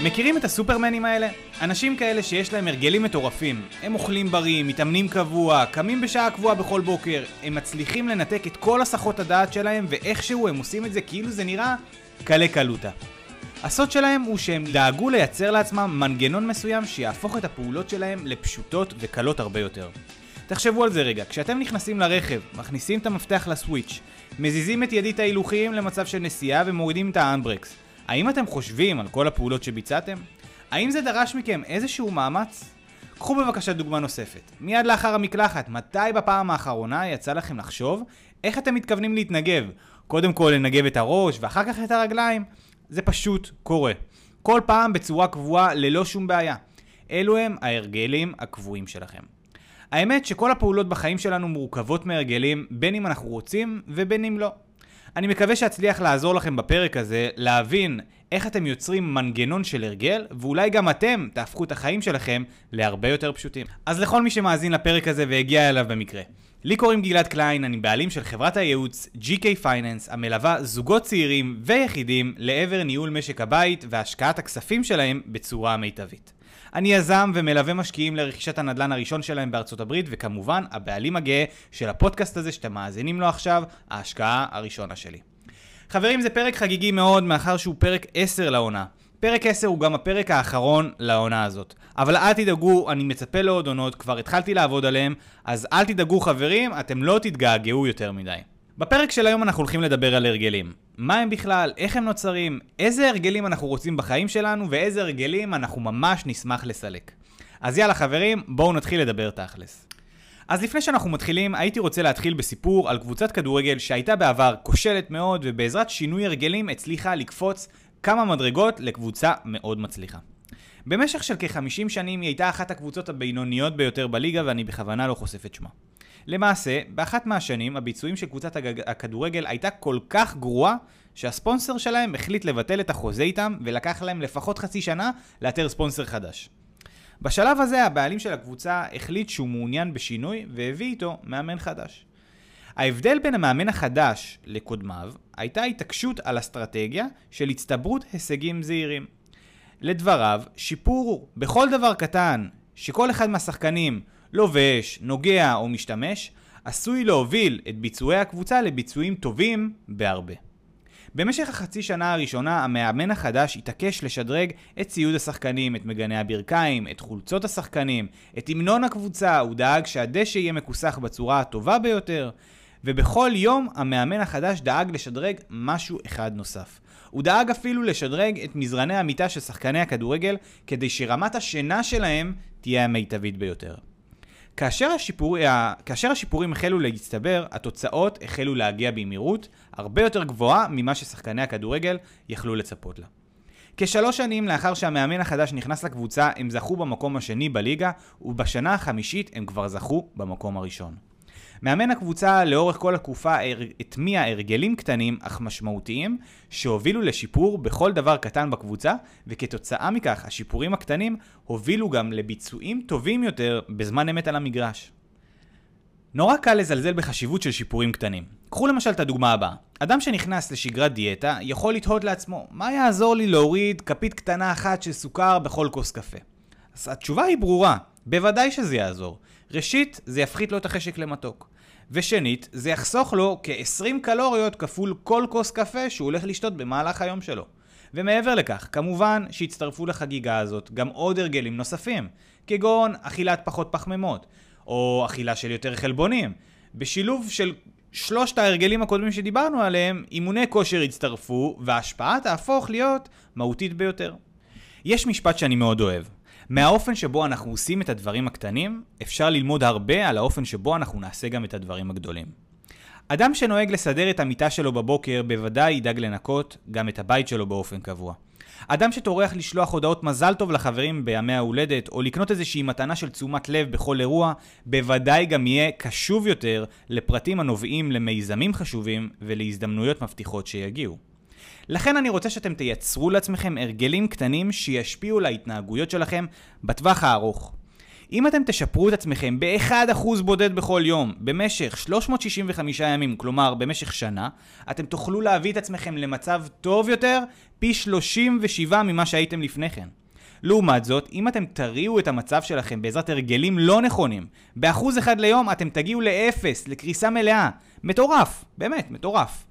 מכירים את הסופרמנים האלה? אנשים כאלה שיש להם הרגלים מטורפים. הם אוכלים בריא, מתאמנים קבוע, קמים בשעה קבועה בכל בוקר. הם מצליחים לנתק את כל הסחות הדעת שלהם, ואיכשהו הם עושים את זה כאילו זה נראה קלה קלוטה. הסוד שלהם הוא שהם דאגו לייצר לעצמם מנגנון מסוים שיהפוך את הפעולות שלהם לפשוטות וקלות הרבה יותר. תחשבו על זה רגע, כשאתם נכנסים לרכב, מכניסים את המפתח לסוויץ', מזיזים את ידית ההילוכים למצב של נסיעה ומורידים את האנברקס. האם אתם חושבים על כל הפעולות שביצעתם? האם זה דרש מכם איזשהו מאמץ? קחו בבקשה דוגמה נוספת. מיד לאחר המקלחת, מתי בפעם האחרונה יצא לכם לחשוב איך אתם מתכוונים להתנגב? קודם כל לנגב את הראש ואחר כך את הרגליים? זה פשוט קורה. כל פעם בצורה קבועה ללא שום בעיה. אלו הם ההרגלים הקבועים שלכם. האמת שכל הפעולות בחיים שלנו מורכבות מהרגלים, בין אם אנחנו רוצים ובין אם לא. אני מקווה שאצליח לעזור לכם בפרק הזה להבין איך אתם יוצרים מנגנון של הרגל, ואולי גם אתם תהפכו את החיים שלכם להרבה יותר פשוטים. אז לכל מי שמאזין לפרק הזה והגיע אליו במקרה. לי קוראים גלעד קליין, אני בעלים של חברת הייעוץ GK Finance, המלווה זוגות צעירים ויחידים לעבר ניהול משק הבית והשקעת הכספים שלהם בצורה מיטבית. אני יזם ומלווה משקיעים לרכישת הנדל"ן הראשון שלהם בארצות הברית, וכמובן הבעלים הגאה של הפודקאסט הזה שאתם מאזינים לו עכשיו, ההשקעה הראשונה שלי. חברים, זה פרק חגיגי מאוד מאחר שהוא פרק 10 לעונה. פרק 10 הוא גם הפרק האחרון לעונה הזאת. אבל אל תדאגו, אני מצפה לעוד עונות, כבר התחלתי לעבוד עליהם, אז אל תדאגו חברים, אתם לא תתגעגעו יותר מדי. בפרק של היום אנחנו הולכים לדבר על הרגלים. מה הם בכלל, איך הם נוצרים, איזה הרגלים אנחנו רוצים בחיים שלנו ואיזה הרגלים אנחנו ממש נשמח לסלק. אז יאללה חברים, בואו נתחיל לדבר תכלס. אז לפני שאנחנו מתחילים, הייתי רוצה להתחיל בסיפור על קבוצת כדורגל שהייתה בעבר כושלת מאוד ובעזרת שינוי הרגלים הצליחה לקפוץ כמה מדרגות לקבוצה מאוד מצליחה. במשך של כ-50 שנים היא הייתה אחת הקבוצות הבינוניות ביותר בליגה ואני בכוונה לא חושף את שמה. למעשה, באחת מהשנים הביצועים של קבוצת הכדורגל הייתה כל כך גרועה שהספונסר שלהם החליט לבטל את החוזה איתם ולקח להם לפחות חצי שנה לאתר ספונסר חדש. בשלב הזה הבעלים של הקבוצה החליט שהוא מעוניין בשינוי והביא איתו מאמן חדש. ההבדל בין המאמן החדש לקודמיו הייתה התעקשות על אסטרטגיה של הצטברות הישגים זהירים. לדבריו, שיפור בכל דבר קטן שכל אחד מהשחקנים לובש, נוגע או משתמש, עשוי להוביל את ביצועי הקבוצה לביצועים טובים בהרבה. במשך החצי שנה הראשונה, המאמן החדש התעקש לשדרג את ציוד השחקנים, את מגני הברכיים, את חולצות השחקנים, את המנון הקבוצה, הוא דאג שהדשא יהיה מכוסח בצורה הטובה ביותר, ובכל יום המאמן החדש דאג לשדרג משהו אחד נוסף. הוא דאג אפילו לשדרג את מזרני המיטה של שחקני הכדורגל, כדי שרמת השינה שלהם תהיה המיטבית ביותר. כאשר השיפורים החלו להצטבר, התוצאות החלו להגיע במהירות הרבה יותר גבוהה ממה ששחקני הכדורגל יכלו לצפות לה. כ3 שנים לאחר שהמאמן החדש נכנס לקבוצה, הם זכו במקום השני בליגה, ובשנה החמישית הם כבר זכו במקום הראשון. מאמן הקבוצה לאורך כל התקופה הטמיע הרגלים קטנים אך משמעותיים שהובילו לשיפור בכל דבר קטן בקבוצה, וכתוצאה מכך השיפורים הקטנים הובילו גם לביצועים טובים יותר בזמן אמת על המגרש. נורא קל לזלזל בחשיבות של שיפורים קטנים. קחו למשל את הדוגמה הבאה. אדם שנכנס לשגרת דיאטה יכול לתהות לעצמו, מה יעזור לי להוריד כפית קטנה אחת של סוכר בכל כוס קפה? אז התשובה היא ברורה, בוודאי שזה יעזור. ראשית, זה יפחית לו את החשק למתוק. ושנית, זה יחסוך לו כ-20 קלוריות כפול כל כוס קפה שהוא הולך לשתות במהלך היום שלו. ומעבר לכך, כמובן שהצטרפו לחגיגה הזאת גם עוד הרגלים נוספים, כגון אכילת פחות פחמימות, או אכילה של יותר חלבונים. בשילוב של 3 ההרגלים הקודמים שדיברנו עליהם, אימוני כושר יצטרפו, וההשפעה תהפוך להיות מהותית ביותר. יש משפט שאני מאוד אוהב. מהאופן שבו אנחנו עושים את הדברים הקטנים, אפשר ללמוד הרבה על האופן שבו אנחנו נעשה גם את הדברים הגדולים. אדם שנוהג לסדר את המיטה שלו בבוקר, בוודאי ידאג לנקות גם את הבית שלו באופן קבוע. אדם שטורח לשלוח הודעות מזל טוב לחברים בימי ההולדת, או לקנות איזושהי מתנה של תשומת לב בכל אירוע, בוודאי גם יהיה קשוב יותר לפרטים הנובעים למיזמים חשובים ולהזדמנויות מבטיחות שיגיעו. לכן אני רוצה שאתם תייצרו לעצמכם הרגלים קטנים שישפיעו להתנהגויות שלכם בטווח הארוך. אם אתם תשפרו את עצמכם ב-1% בודד בכל יום, במשך 365 ימים, כלומר במשך שנה, אתם תוכלו להביא את עצמכם למצב טוב יותר, פי 37 ממה שהייתם לפני כן. לעומת זאת, אם אתם תריעו את המצב שלכם בעזרת הרגלים לא נכונים, ב1% ליום אתם תגיעו לאפס, לקריסה מלאה. מטורף, באמת, מטורף.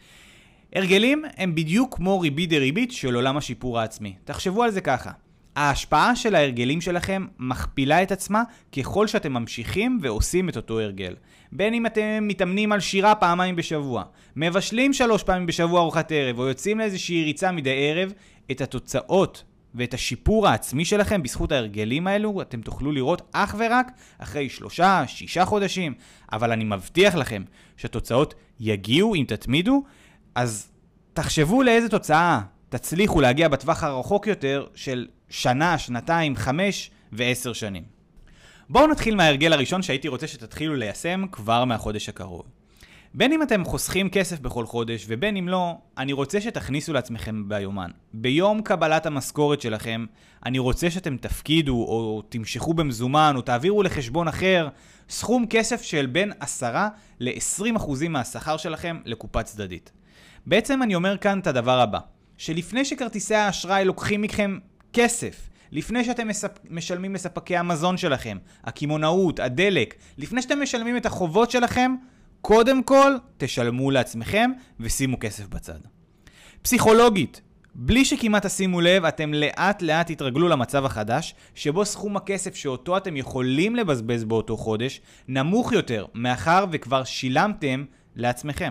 הרגלים הם בדיוק כמו ריבית דריבית של עולם השיפור העצמי. תחשבו על זה ככה. ההשפעה של ההרגלים שלכם מכפילה את עצמה ככל שאתם ממשיכים ועושים את אותו הרגל. בין אם אתם מתאמנים על שירה פעמיים בשבוע, מבשלים 3 פעמים בשבוע ארוחת ערב, או יוצאים לאיזושהי ריצה מדי ערב, את התוצאות ואת השיפור העצמי שלכם בזכות ההרגלים האלו אתם תוכלו לראות אך ורק אחרי 3-6 חודשים. אבל אני מבטיח לכם שהתוצאות יגיעו אם תתמידו, אז תחשבו לאיזה תוצאה תצליחו להגיע בטווח הרחוק יותר של שנה, 2, 5 ו10 שנים. בואו נתחיל מההרגל הראשון שהייתי רוצה שתתחילו ליישם כבר מהחודש הקרוב. בין אם אתם חוסכים כסף בכל חודש ובין אם לא, אני רוצה שתכניסו לעצמכם ביומן. ביום קבלת המשכורת שלכם, אני רוצה שאתם תפקידו או תמשכו במזומן או תעבירו לחשבון אחר סכום כסף של בין 10 ל-20% מהשכר שלכם לקופה צדדית. בעצם אני אומר כאן את הדבר הבא, שלפני שכרטיסי האשראי לוקחים מכם כסף, לפני שאתם משלמים לספקי המזון שלכם, הכימונאות, הדלק, לפני שאתם משלמים את החובות שלכם, קודם כל תשלמו לעצמכם ושימו כסף בצד. פסיכולוגית, בלי שכמעט תשימו לב, אתם לאט לאט תתרגלו למצב החדש, שבו סכום הכסף שאותו אתם יכולים לבזבז באותו חודש, נמוך יותר, מאחר וכבר שילמתם לעצמכם.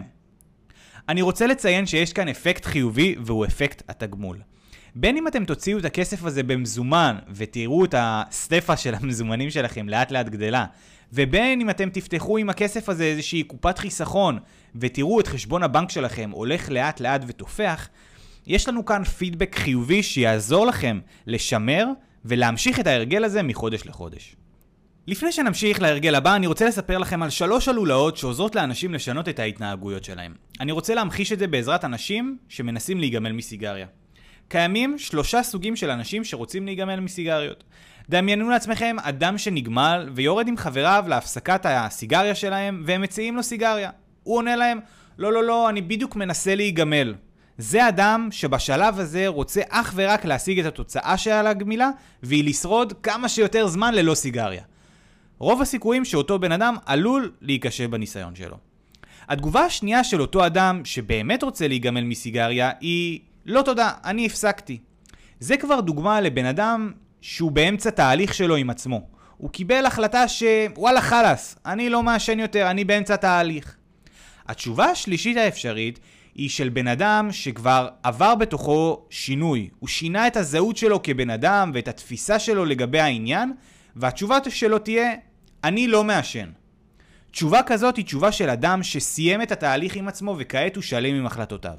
אני רוצה לציין שיש כאן אפקט חיובי והוא אפקט התגמול. בין אם אתם תוציאו את הכסף הזה במזומן ותראו את הסטפה של המזומנים שלכם לאט לאט גדלה, ובין אם אתם תפתחו עם הכסף הזה איזושהי קופת חיסכון ותראו את חשבון הבנק שלכם הולך לאט לאט ותופח, יש לנו כאן פידבק חיובי שיעזור לכם לשמר ולהמשיך את ההרגל הזה מחודש לחודש. לפני שנמשיך להרגל הבא, אני רוצה לספר לכם על 3 הלולאות שעוזרות לאנשים לשנות את ההתנהגויות שלהם. אני רוצה להמחיש את זה בעזרת אנשים שמנסים להיגמל מסיגריה. קיימים 3 סוגים של אנשים שרוצים להיגמל מסיגריות. דמיינו לעצמכם אדם שנגמל ויורד עם חבריו להפסקת הסיגריה שלהם והם מציעים לו סיגריה. הוא עונה להם, לא, אני בדיוק מנסה להיגמל. זה אדם שבשלב הזה רוצה אך ורק להשיג את התוצאה של הגמילה והיא לשרוד כמה שיותר זמן ללא סיגריה. רוב הסיכויים שאותו בן אדם עלול להיקשה בניסיון שלו. התגובה השנייה של אותו אדם שבאמת רוצה להיגמל מסיגריה היא לא תודה, אני הפסקתי. זה כבר דוגמה לבן אדם שהוא באמצע תהליך שלו עם עצמו. הוא קיבל החלטה שוואלה חלס, אני לא מעשן יותר, אני באמצע תהליך. התשובה השלישית האפשרית היא של בן אדם שכבר עבר בתוכו שינוי. הוא שינה את הזהות שלו כבן אדם ואת התפיסה שלו לגבי העניין, והתשובה שלו תהיה, אני לא מעשן. תשובה כזאת היא תשובה של אדם שסיים את התהליך עם עצמו וכעת הוא שלם עם החלטותיו.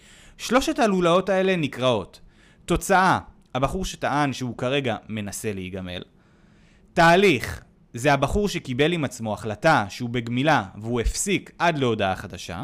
3 הלולאות האלה נקראות תוצאה, הבחור שטען שהוא כרגע מנסה להיגמל. תהליך, זה הבחור שקיבל עם עצמו החלטה שהוא בגמילה והוא הפסיק עד להודעה חדשה.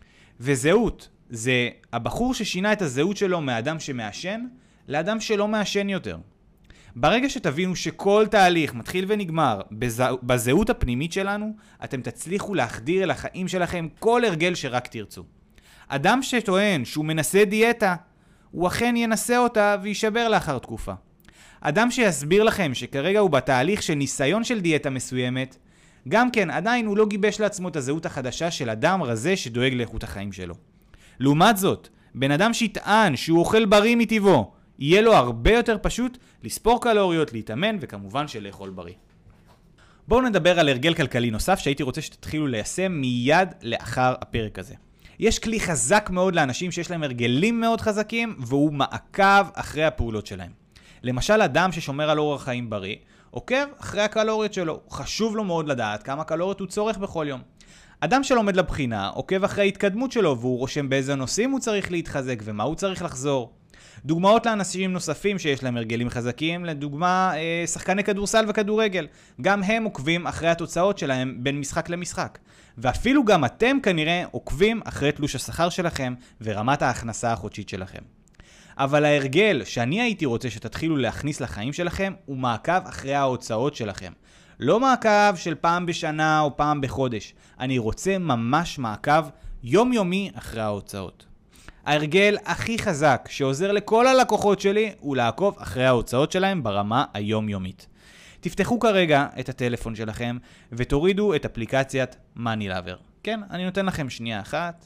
וזהות, זה הבחור ששינה את הזהות שלו מאדם שמעשן לאדם שלא מעשן יותר. ברגע שתבינו שכל תהליך מתחיל ונגמר בזהות הפנימית שלנו, אתם תצליחו להחדיר אל החיים שלכם כל הרגל שרק תרצו. אדם שטוען שהוא מנסה דיאטה, הוא אכן ינסה אותה וישבר לאחר תקופה. אדם שיסביר לכם שכרגע הוא בתהליך של ניסיון של דיאטה מסוימת, גם כן עדיין הוא לא גיבש לעצמו את הזהות החדשה של אדם רזה שדואג לאיכות החיים שלו. לעומת זאת, בן אדם שיטען שהוא אוכל בריא מטבעו, יהיה לו הרבה יותר פשוט לספור קלוריות, להתאמן וכמובן שלאכול בריא. בואו נדבר על הרגל כלכלי נוסף שהייתי רוצה שתתחילו ליישם מיד לאחר הפרק הזה. יש כלי חזק מאוד לאנשים שיש להם הרגלים מאוד חזקים והוא מעקב אחרי הפעולות שלהם. למשל אדם ששומר על אורח חיים בריא, עוקב אחרי הקלוריות שלו. חשוב לו מאוד לדעת כמה קלוריות הוא צורך בכל יום. אדם שלומד לבחינה עוקב אחרי ההתקדמות שלו והוא רושם באיזה נושאים הוא צריך להתחזק ומה הוא צריך לחזור. דוגמאות לאנשים נוספים שיש להם הרגלים חזקים, לדוגמה שחקני כדורסל וכדורגל. גם הם עוקבים אחרי התוצאות שלהם בין משחק למשחק. ואפילו גם אתם כנראה עוקבים אחרי תלוש השכר שלכם ורמת ההכנסה החודשית שלכם. אבל ההרגל שאני הייתי רוצה שתתחילו להכניס לחיים שלכם הוא מעקב אחרי ההוצאות שלכם. לא מעקב של פעם בשנה או פעם בחודש. אני רוצה ממש מעקב יומיומי אחרי ההוצאות. ההרגל הכי חזק שעוזר לכל הלקוחות שלי הוא לעקוב אחרי ההוצאות שלהם ברמה היומיומית. תפתחו כרגע את הטלפון שלכם ותורידו את אפליקציית MoneyLover. כן, אני נותן לכם שנייה אחת.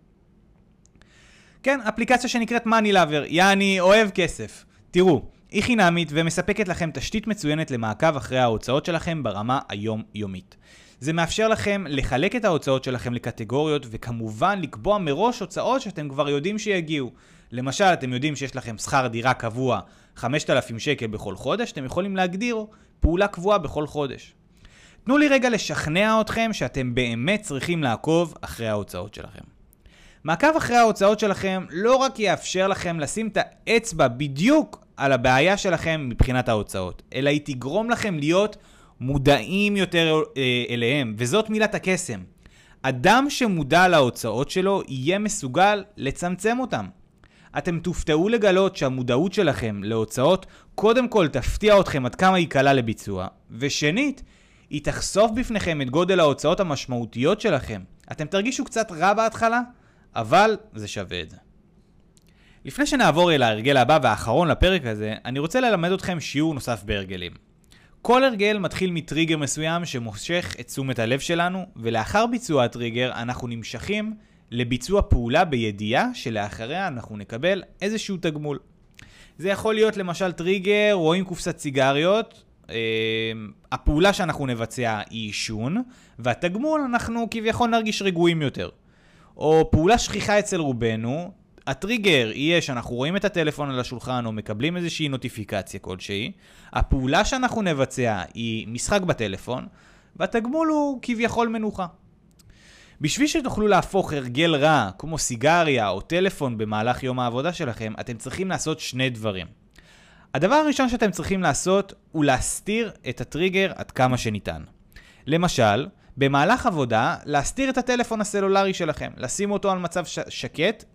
כן, אפליקציה שנקראת MoneyLover, יעני אוהב כסף. תראו, היא חינמית ומספקת לכם תשתית מצוינת למעקב אחרי ההוצאות שלכם ברמה היומיומית. זה מאפשר לכם לחלק את ההוצאות שלכם לקטגוריות וכמובן לקבוע מראש הוצאות שאתם כבר יודעים שיגיעו. למשל, אתם יודעים שיש לכם שכר דירה קבוע 5,000 שקל בכל חודש, אתם יכולים להגדיר פעולה קבועה בכל חודש. תנו לי רגע לשכנע אתכם שאתם באמת צריכים לעקוב אחרי ההוצאות שלכם. מעקב אחרי ההוצאות שלכם לא רק יאפשר לכם לשים את האצבע בדיוק על הבעיה שלכם מבחינת ההוצאות, אלא היא תגרום לכם להיות מודעים יותר אליהם, וזאת מילת הקסם. אדם שמודע להוצאות שלו יהיה מסוגל לצמצם אותם. אתם תופתעו לגלות שהמודעות שלכם להוצאות קודם כל תפתיע אתכם עד כמה היא קלה לביצוע, ושנית, היא תחשוף בפניכם את גודל ההוצאות המשמעותיות שלכם. אתם תרגישו קצת רע בהתחלה, אבל זה שווה את זה. לפני שנעבור אל ההרגל הבא והאחרון לפרק הזה, אני רוצה ללמד אתכם שיעור נוסף בהרגלים. כל הרגל מתחיל מטריגר מסוים שמושך את תשומת הלב שלנו, ולאחר ביצוע הטריגר אנחנו נמשכים לביצוע פעולה בידיעה שלאחריה אנחנו נקבל איזשהו תגמול. זה יכול להיות למשל טריגר, רואים קופסת סיגריות, הפעולה שאנחנו נבצע היא עישון, והתגמול אנחנו כביכול נרגיש רגועים יותר. או פעולה שכיחה אצל רובנו, הטריגר יהיה שאנחנו רואים את הטלפון על השולחן או מקבלים איזושהי נוטיפיקציה כלשהי, הפעולה שאנחנו נבצע היא משחק בטלפון, והתגמול הוא כביכול מנוחה. בשביל שתוכלו להפוך הרגל רע כמו סיגריה או טלפון במהלך יום העבודה שלכם, אתם צריכים לעשות שני דברים. הדבר הראשון שאתם צריכים לעשות הוא להסתיר את הטריגר עד כמה שניתן. למשל, במהלך עבודה, להסתיר את הטלפון הסלולרי שלכם, לשים אותו על מצב שקט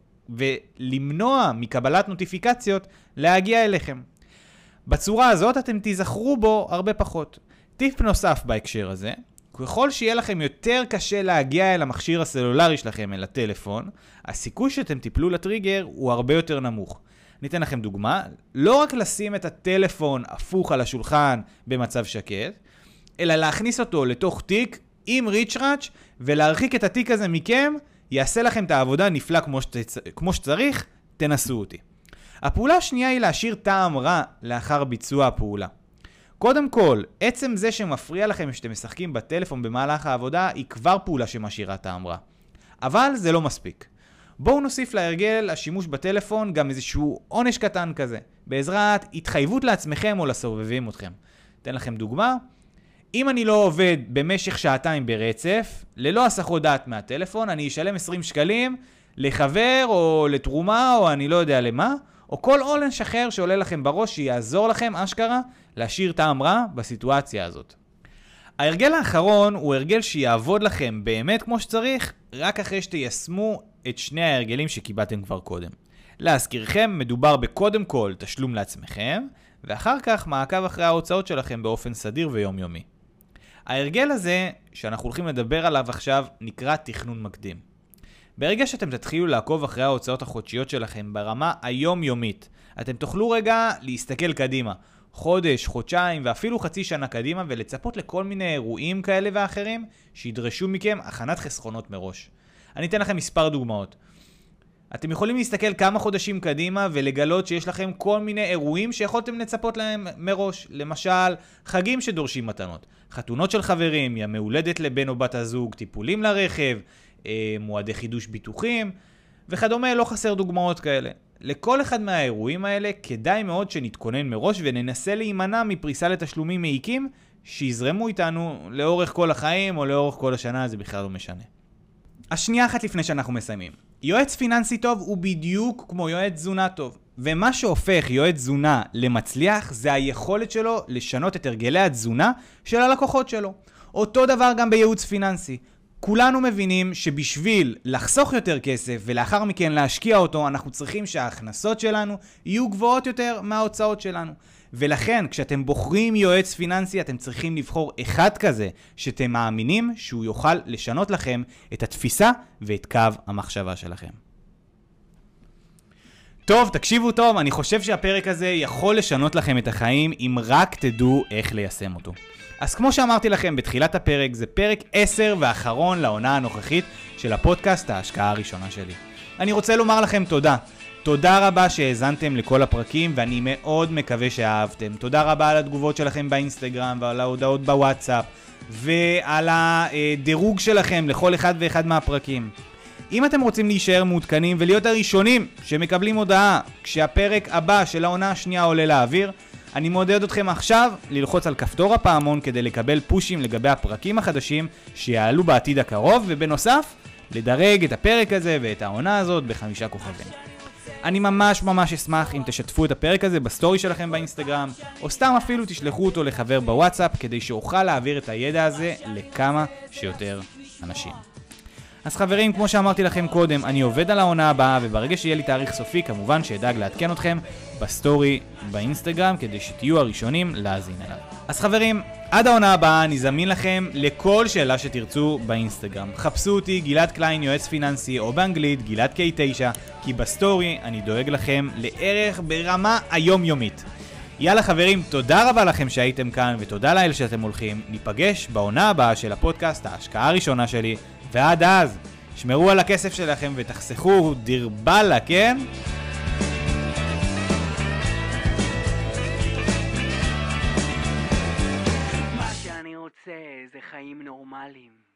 ולמנוע מקבלת נוטיפיקציות להגיע אליכם. בצורה הזאת אתם תיזכרו בו הרבה פחות. טיפ נוסף בהקשר הזה, ככל שיהיה לכם יותר קשה להגיע אל המכשיר הסלולרי שלכם, אל הטלפון, הסיכוי שאתם תיפלו לטריגר הוא הרבה יותר נמוך. ניתן לכם דוגמה, לא רק לשים את הטלפון הפוך על השולחן במצב שקט, אלא להכניס אותו לתוך תיק עם ריצ'ראץ' ולהרחיק את התיק הזה מכם, יעשה לכם את העבודה נפלא כמו שצריך, תנסו אותי. הפעולה השנייה היא להשאיר טעם רע לאחר ביצוע הפעולה. קודם כל, עצם זה שמפריע לכם שאתם משחקים בטלפון במהלך העבודה היא כבר פעולה שמשאירה טעם רע. אבל זה לא מספיק. בואו נוסיף להרגל השימוש בטלפון גם איזשהו עונש קטן כזה, בעזרת התחייבות לעצמכם או לסובבים אתכם. אתן לכם דוגמה. אם אני לא עובד במשך שעתיים ברצף, ללא הסחות דעת מהטלפון, אני אשלם 20 שקלים לחבר או לתרומה או אני לא יודע למה, או כל עונש אחר שעולה לכם בראש שיעזור לכם אשכרה להשאיר טעם רע בסיטואציה הזאת. ההרגל האחרון הוא הרגל שיעבוד לכם באמת כמו שצריך, רק אחרי שתיישמו את שני ההרגלים שקיבלתם כבר קודם. להזכירכם, מדובר בקודם כל תשלום לעצמכם, ואחר כך מעקב אחרי ההוצאות שלכם באופן סדיר ויומיומי. ההרגל הזה שאנחנו הולכים לדבר עליו עכשיו נקרא תכנון מקדים. ברגע שאתם תתחילו לעקוב אחרי ההוצאות החודשיות שלכם ברמה היומיומית, אתם תוכלו רגע להסתכל קדימה, חודש, חודשיים ואפילו חצי שנה קדימה ולצפות לכל מיני אירועים כאלה ואחרים שידרשו מכם הכנת חסכונות מראש. אני אתן לכם מספר דוגמאות. אתם יכולים להסתכל כמה חודשים קדימה ולגלות שיש לכם כל מיני אירועים שיכולתם לצפות להם מראש. למשל, חגים שדורשים מתנות, חתונות של חברים, ימי הולדת לבן או בת הזוג, טיפולים לרכב, מועדי חידוש ביטוחים וכדומה, לא חסר דוגמאות כאלה. לכל אחד מהאירועים האלה כדאי מאוד שנתכונן מראש וננסה להימנע מפריסה לתשלומים מעיקים שיזרמו איתנו לאורך כל החיים או לאורך כל השנה, זה בכלל לא משנה. השנייה אחת לפני שאנחנו מסיימים. יועץ פיננסי טוב הוא בדיוק כמו יועץ תזונה טוב. ומה שהופך יועץ תזונה למצליח זה היכולת שלו לשנות את הרגלי התזונה של הלקוחות שלו. אותו דבר גם בייעוץ פיננסי. כולנו מבינים שבשביל לחסוך יותר כסף ולאחר מכן להשקיע אותו, אנחנו צריכים שההכנסות שלנו יהיו גבוהות יותר מההוצאות שלנו. ולכן, כשאתם בוחרים יועץ פיננסי, אתם צריכים לבחור אחד כזה שאתם מאמינים שהוא יוכל לשנות לכם את התפיסה ואת קו המחשבה שלכם. טוב, תקשיבו טוב, אני חושב שהפרק הזה יכול לשנות לכם את החיים אם רק תדעו איך ליישם אותו. אז כמו שאמרתי לכם בתחילת הפרק, זה פרק 10 ואחרון לעונה הנוכחית של הפודקאסט ההשקעה הראשונה שלי. אני רוצה לומר לכם תודה. תודה רבה שהאזנתם לכל הפרקים ואני מאוד מקווה שאהבתם. תודה רבה על התגובות שלכם באינסטגרם ועל ההודעות בוואטסאפ ועל הדירוג שלכם לכל אחד ואחד מהפרקים. אם אתם רוצים להישאר מעודכנים ולהיות הראשונים שמקבלים הודעה כשהפרק הבא של העונה השנייה עולה לאוויר, אני מעודד אתכם עכשיו ללחוץ על כפתור הפעמון כדי לקבל פושים לגבי הפרקים החדשים שיעלו בעתיד הקרוב, ובנוסף, לדרג את הפרק הזה ואת העונה הזאת ב5 כוכבים. אני ממש אשמח אם תשתפו את הפרק הזה בסטורי שלכם באינסטגרם, או סתם אפילו תשלחו אותו לחבר בוואטסאפ כדי שאוכל להעביר את הידע הזה לכמה שיותר אנשים. אז חברים, כמו שאמרתי לכם קודם, אני עובד על העונה הבאה, וברגע שיהיה לי תאריך סופי, כמובן שאדאג לעדכן אתכם בסטורי באינסטגרם, כדי שתהיו הראשונים להאזין אליו. אז חברים, עד העונה הבאה אני זמין לכם לכל שאלה שתרצו באינסטגרם. חפשו אותי גלעד קליין יועץ פיננסי, או באנגלית גלעד K9, כי בסטורי אני דואג לכם לערך ברמה היומיומית. יאללה חברים, תודה רבה לכם שהייתם כאן, ותודה לאל שאתם הולכים. ניפגש בעונה הבאה של הפודקאסט ההשקעה הראשונה שלי, ועד אז, שמרו על הכסף שלכם ותחסכו דיר בלה, כן? מה שאני רוצה זה חיים נורמליים.